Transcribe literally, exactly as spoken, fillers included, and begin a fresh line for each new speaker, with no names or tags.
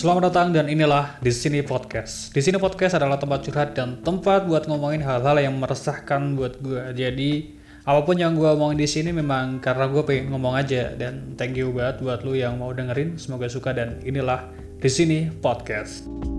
Selamat datang dan inilah Di Sini Podcast. Di Sini Podcast adalah tempat curhat dan tempat buat ngomongin hal-hal yang meresahkan buat gue. Jadi apapun yang gue omongin di sini memang karena gue pengen ngomong aja. Dan thank you banget buat lu yang mau dengerin. Semoga suka dan inilah Di Sini Podcast.